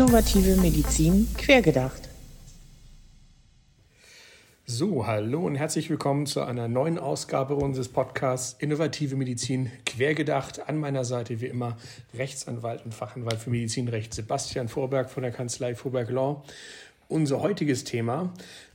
Innovative Medizin quergedacht. So, hallo und herzlich willkommen zu einer neuen Ausgabe unseres Podcasts Innovative Medizin quergedacht. An meiner Seite wie immer Rechtsanwalt und Fachanwalt für Medizinrecht Sebastian Vorberg von der Kanzlei Vorberg Law. Unser heutiges Thema,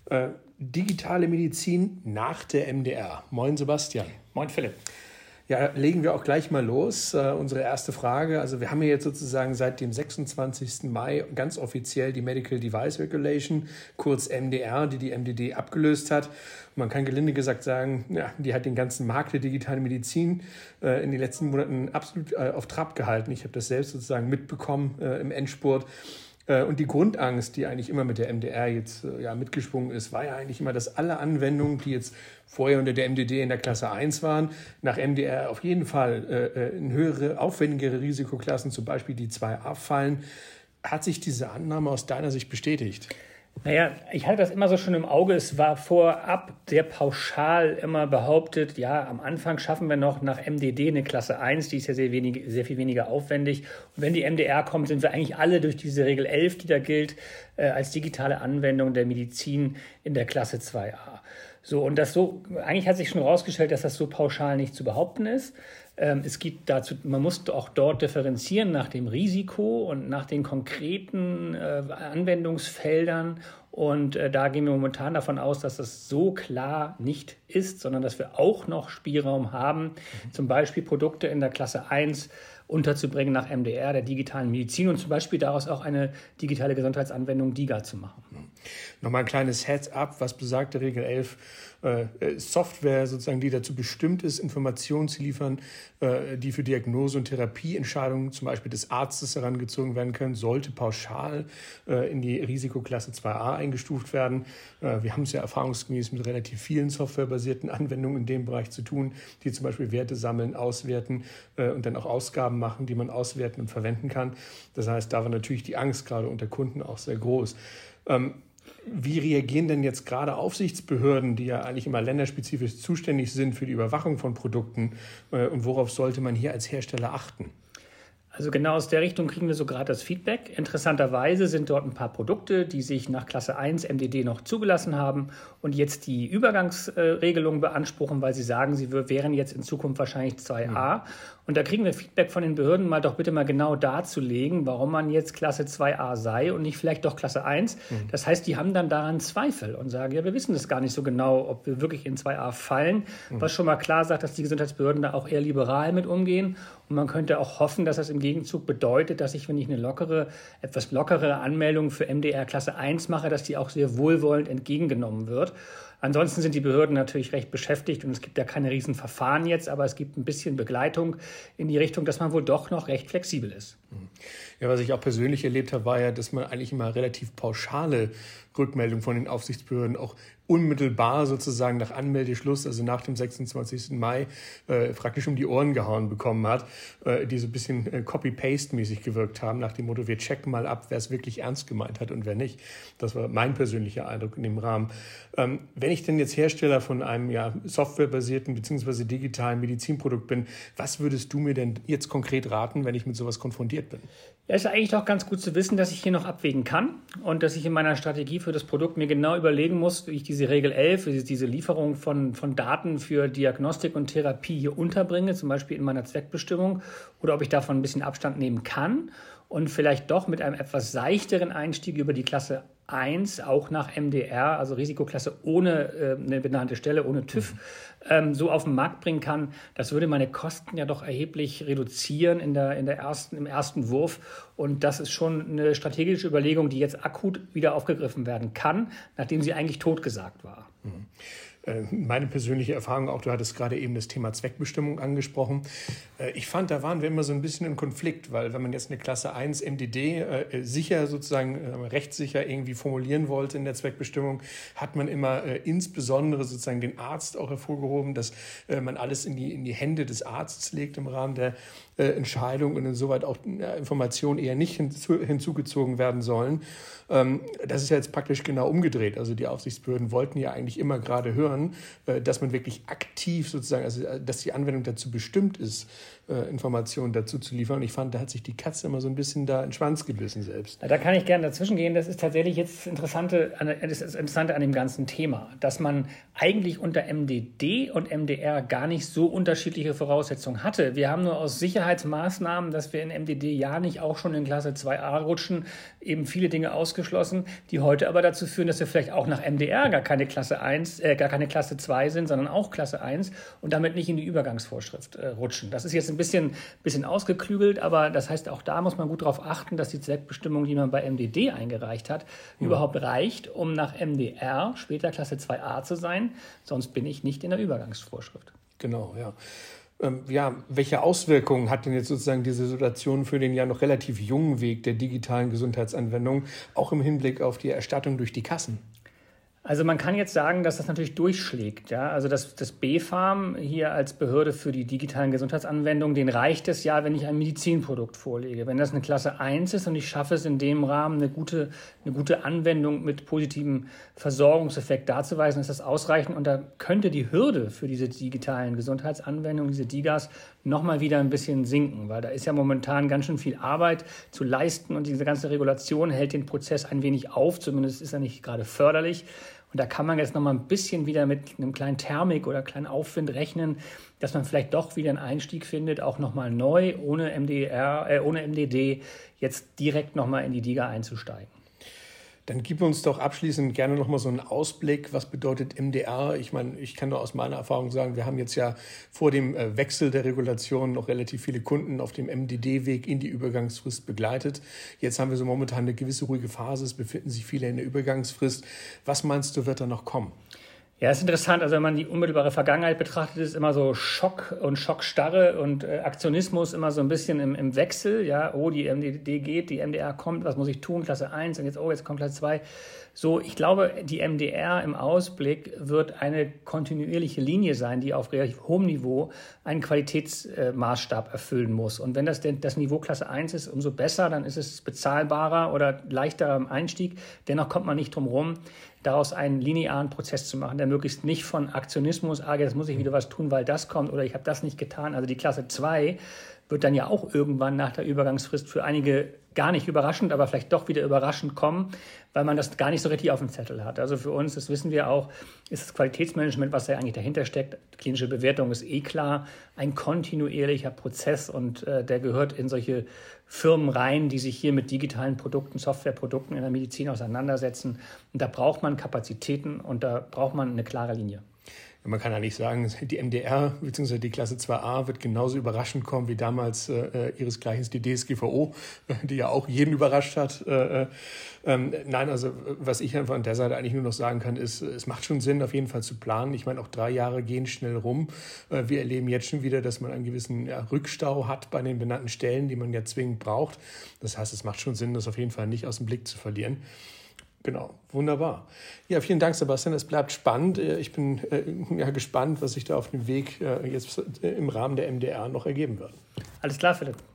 digitale Medizin nach der MDR. Moin Sebastian. Moin Philipp. Ja, legen wir auch gleich mal los. Unsere erste Frage. Also wir haben ja jetzt sozusagen seit dem 26. Mai ganz offiziell die Medical Device Regulation, kurz MDR, die MDD abgelöst hat. Und man kann gelinde gesagt sagen, ja, die hat den ganzen Markt der digitalen Medizin in den letzten Monaten absolut auf Trab gehalten. Ich habe das selbst sozusagen mitbekommen im Endspurt. Und die Grundangst, die eigentlich immer mit der MDR jetzt mitgeschwungen ist, war ja eigentlich immer, dass alle Anwendungen, die jetzt vorher unter der MDD in der Klasse 1 waren, nach MDR auf jeden Fall in höhere, aufwendigere Risikoklassen, zum Beispiel die 2a fallen. Hat sich diese Annahme aus deiner Sicht bestätigt? Naja, ich hatte das immer so schon im Auge. Es war vorab sehr pauschal immer behauptet, ja, am Anfang schaffen wir noch nach MDD eine Klasse 1, die ist ja sehr viel weniger aufwendig. Und wenn die MDR kommt, sind wir eigentlich alle durch diese Regel 11, die da gilt, als digitale Anwendung der Medizin in der Klasse 2a. So, und eigentlich hat sich schon herausgestellt, dass das so pauschal nicht zu behaupten ist. Es gibt dazu, man muss auch dort differenzieren nach dem Risiko und nach den konkreten Anwendungsfeldern. Und da gehen wir momentan davon aus, dass das so klar nicht ist, sondern dass wir auch noch Spielraum haben, zum Beispiel Produkte in der Klasse 1 unterzubringen nach MDR, der digitalen Medizin und zum Beispiel daraus auch eine digitale Gesundheitsanwendung DiGA zu machen. Nochmal ein kleines Heads-up, was besagte Regel 11, Software sozusagen, die dazu bestimmt ist, Informationen zu liefern, die für Diagnose- und Therapieentscheidungen zum Beispiel des Arztes herangezogen werden können, sollte pauschal in die Risikoklasse 2a eingestuft werden. Wir haben es ja erfahrungsgemäß mit relativ vielen softwarebasierten Anwendungen in dem Bereich zu tun, die zum Beispiel Werte sammeln, auswerten und dann auch Ausgaben machen, die man auswerten und verwenden kann. Das heißt, da war natürlich die Angst gerade unter Kunden auch sehr groß. Wie reagieren denn jetzt gerade Aufsichtsbehörden, die ja eigentlich immer länderspezifisch zuständig sind für die Überwachung von Produkten? Und worauf sollte man hier als Hersteller achten? Also genau aus der Richtung kriegen wir so gerade das Feedback. Interessanterweise sind dort ein paar Produkte, die sich nach Klasse 1 MDD noch zugelassen haben und jetzt die Übergangsregelung beanspruchen, weil sie sagen, sie wären jetzt in Zukunft wahrscheinlich 2a. Und da kriegen wir Feedback von den Behörden, mal doch bitte mal genau darzulegen, warum man jetzt Klasse 2a sei und nicht vielleicht doch Klasse 1. Das heißt, die haben dann daran Zweifel und sagen, ja, wir wissen das gar nicht so genau, ob wir wirklich in 2a fallen. Was schon mal klar sagt, dass die Gesundheitsbehörden da auch eher liberal mit umgehen. Und man könnte auch hoffen, dass das im Gegenzug bedeutet, dass ich, wenn ich eine etwas lockere Anmeldung für MDR Klasse 1 mache, dass die auch sehr wohlwollend entgegengenommen wird. Ansonsten sind die Behörden natürlich recht beschäftigt und es gibt ja keine riesen Verfahren jetzt, aber es gibt ein bisschen Begleitung in die Richtung, dass man wohl doch noch recht flexibel ist. Ja, was ich auch persönlich erlebt habe, war ja, dass man eigentlich immer relativ pauschale Rückmeldungen von den Aufsichtsbehörden auch unmittelbar sozusagen nach Anmeldeschluss, also nach dem 26. Mai, praktisch um die Ohren gehauen bekommen hat, die so ein bisschen Copy-Paste-mäßig gewirkt haben, nach dem Motto, wir checken mal ab, wer es wirklich ernst gemeint hat und wer nicht. Das war mein persönlicher Eindruck in dem Rahmen. Wenn ich denn jetzt Hersteller von einem softwarebasierten bzw. digitalen Medizinprodukt bin, was würdest du mir denn jetzt konkret raten, wenn ich mit sowas konfrontiert bin? Ja, ist eigentlich doch ganz gut zu wissen, dass ich hier noch abwägen kann und dass ich in meiner Strategie für das Produkt mir genau überlegen muss, wie ich diese Regel 11, diese Lieferung von Daten für Diagnostik und Therapie hier unterbringe, zum Beispiel in meiner Zweckbestimmung, oder ob ich davon ein bisschen Abstand nehmen kann und vielleicht doch mit einem etwas seichteren Einstieg über die Klasse 1, auch nach MDR, also Risikoklasse ohne eine benannte Stelle, ohne TÜV, so auf den Markt bringen kann. Das würde meine Kosten ja doch erheblich reduzieren im ersten Wurf. Und das ist schon eine strategische Überlegung, die jetzt akut wieder aufgegriffen werden kann, nachdem sie eigentlich totgesagt war. Meine persönliche Erfahrung auch, du hattest gerade eben das Thema Zweckbestimmung angesprochen. Ich fand, da waren wir immer so ein bisschen im Konflikt, weil wenn man jetzt eine Klasse 1 MDD sicher sozusagen, rechtssicher irgendwie formulieren wollte in der Zweckbestimmung, hat man immer insbesondere sozusagen den Arzt auch hervorgehoben, dass man alles in die Hände des Arztes legt im Rahmen der Entscheidung und insoweit auch Informationen eher nicht hinzugezogen werden sollen. Das ist ja jetzt praktisch genau umgedreht. Also die Aufsichtsbehörden wollten ja eigentlich immer gerade hören, dass man wirklich aktiv sozusagen, also dass die Anwendung dazu bestimmt ist, Informationen dazu zu liefern. Und ich fand, da hat sich die Katze immer so ein bisschen da in den Schwanz gebissen selbst. Da kann ich gerne dazwischen gehen. Das ist tatsächlich jetzt das Interessante an dem ganzen Thema, dass man eigentlich unter MDD und MDR gar nicht so unterschiedliche Voraussetzungen hatte. Wir haben nur aus Sicherheitsmaßnahmen, dass wir in MDD ja nicht auch schon in Klasse 2a rutschen, eben viele Dinge ausgeschlossen, die heute aber dazu führen, dass wir vielleicht auch nach MDR gar keine Klasse 2 sind, sondern auch Klasse 1 und damit nicht in die Übergangsvorschrift rutschen. Das ist jetzt ein bisschen ausgeklügelt, aber das heißt, auch da muss man gut darauf achten, dass die Zweckbestimmung, die man bei MDD eingereicht hat, überhaupt reicht, um nach MDR später Klasse 2a zu sein. Sonst bin ich nicht in der Übergangsvorschrift. Genau, ja. Welche Auswirkungen hat denn jetzt sozusagen diese Situation für den ja noch relativ jungen Weg der digitalen Gesundheitsanwendung, auch im Hinblick auf die Erstattung durch die Kassen? Also man kann jetzt sagen, dass das natürlich durchschlägt. Ja? Also das BfArM hier als Behörde für die digitalen Gesundheitsanwendungen, denen reicht es ja, wenn ich ein Medizinprodukt vorlege. Wenn das eine Klasse 1 ist und ich schaffe es in dem Rahmen, eine gute Anwendung mit positivem Versorgungseffekt darzuweisen, ist das ausreichend. Und da könnte die Hürde für diese digitalen Gesundheitsanwendungen, diese DiGAs, nochmal wieder ein bisschen sinken, weil da ist ja momentan ganz schön viel Arbeit zu leisten und diese ganze Regulation hält den Prozess ein wenig auf, zumindest ist er nicht gerade förderlich. Und da kann man jetzt nochmal ein bisschen wieder mit einem kleinen Thermik oder kleinen Aufwind rechnen, dass man vielleicht doch wieder einen Einstieg findet, auch nochmal neu, ohne MDD, jetzt direkt nochmal in die DiGA einzusteigen. Dann gib uns doch abschließend gerne nochmal so einen Ausblick. Was bedeutet MDR? Ich meine, ich kann nur aus meiner Erfahrung sagen, wir haben jetzt ja vor dem Wechsel der Regulation noch relativ viele Kunden auf dem MDD-Weg in die Übergangsfrist begleitet. Jetzt haben wir so momentan eine gewisse ruhige Phase. Es befinden sich viele in der Übergangsfrist. Was meinst du, wird da noch kommen? Ja, ist interessant. Also wenn man die unmittelbare Vergangenheit betrachtet, ist immer so Schock und Schockstarre und Aktionismus immer so ein bisschen im Wechsel. Ja, die MDD geht, die MDR kommt, was muss ich tun? Klasse 1 und jetzt kommt Klasse 2. So, ich glaube, die MDR im Ausblick wird eine kontinuierliche Linie sein, die auf relativ hohem Niveau einen Qualitätsmaßstab erfüllen muss. Und wenn das Niveau Klasse 1 ist, umso besser, dann ist es bezahlbarer oder leichterer im Einstieg. Dennoch kommt man nicht drum rum, daraus einen linearen Prozess zu machen, der möglichst nicht von Aktionismus, jetzt muss ich wieder was tun, weil das kommt oder ich habe das nicht getan. Also die Klasse 2 wird dann ja auch irgendwann nach der Übergangsfrist für einige gar nicht überraschend, aber vielleicht doch wieder überraschend kommen, weil man das gar nicht so richtig auf dem Zettel hat. Also für uns, das wissen wir auch, ist das Qualitätsmanagement, was ja eigentlich dahinter steckt, die klinische Bewertung ist klar, ein kontinuierlicher Prozess und der gehört in solche Firmen rein, die sich hier mit digitalen Produkten, Softwareprodukten in der Medizin auseinandersetzen. Und da braucht man Kapazitäten und da braucht man eine klare Linie. Man kann eigentlich sagen, die MDR bzw. die Klasse 2a wird genauso überraschend kommen wie damals ihresgleichen die DSGVO, die ja auch jeden überrascht hat. Nein, also was ich einfach an der Seite eigentlich nur noch sagen kann, ist, es macht schon Sinn, auf jeden Fall zu planen. Ich meine, auch 3 Jahre gehen schnell rum. Wir erleben jetzt schon wieder, dass man einen gewissen Rückstau hat bei den benannten Stellen, die man ja zwingend braucht. Das heißt, es macht schon Sinn, das auf jeden Fall nicht aus dem Blick zu verlieren. Genau, wunderbar. Ja, vielen Dank, Sebastian. Es bleibt spannend. Ich bin gespannt, was sich da auf dem Weg jetzt im Rahmen der MDR noch ergeben wird. Alles klar, Philipp.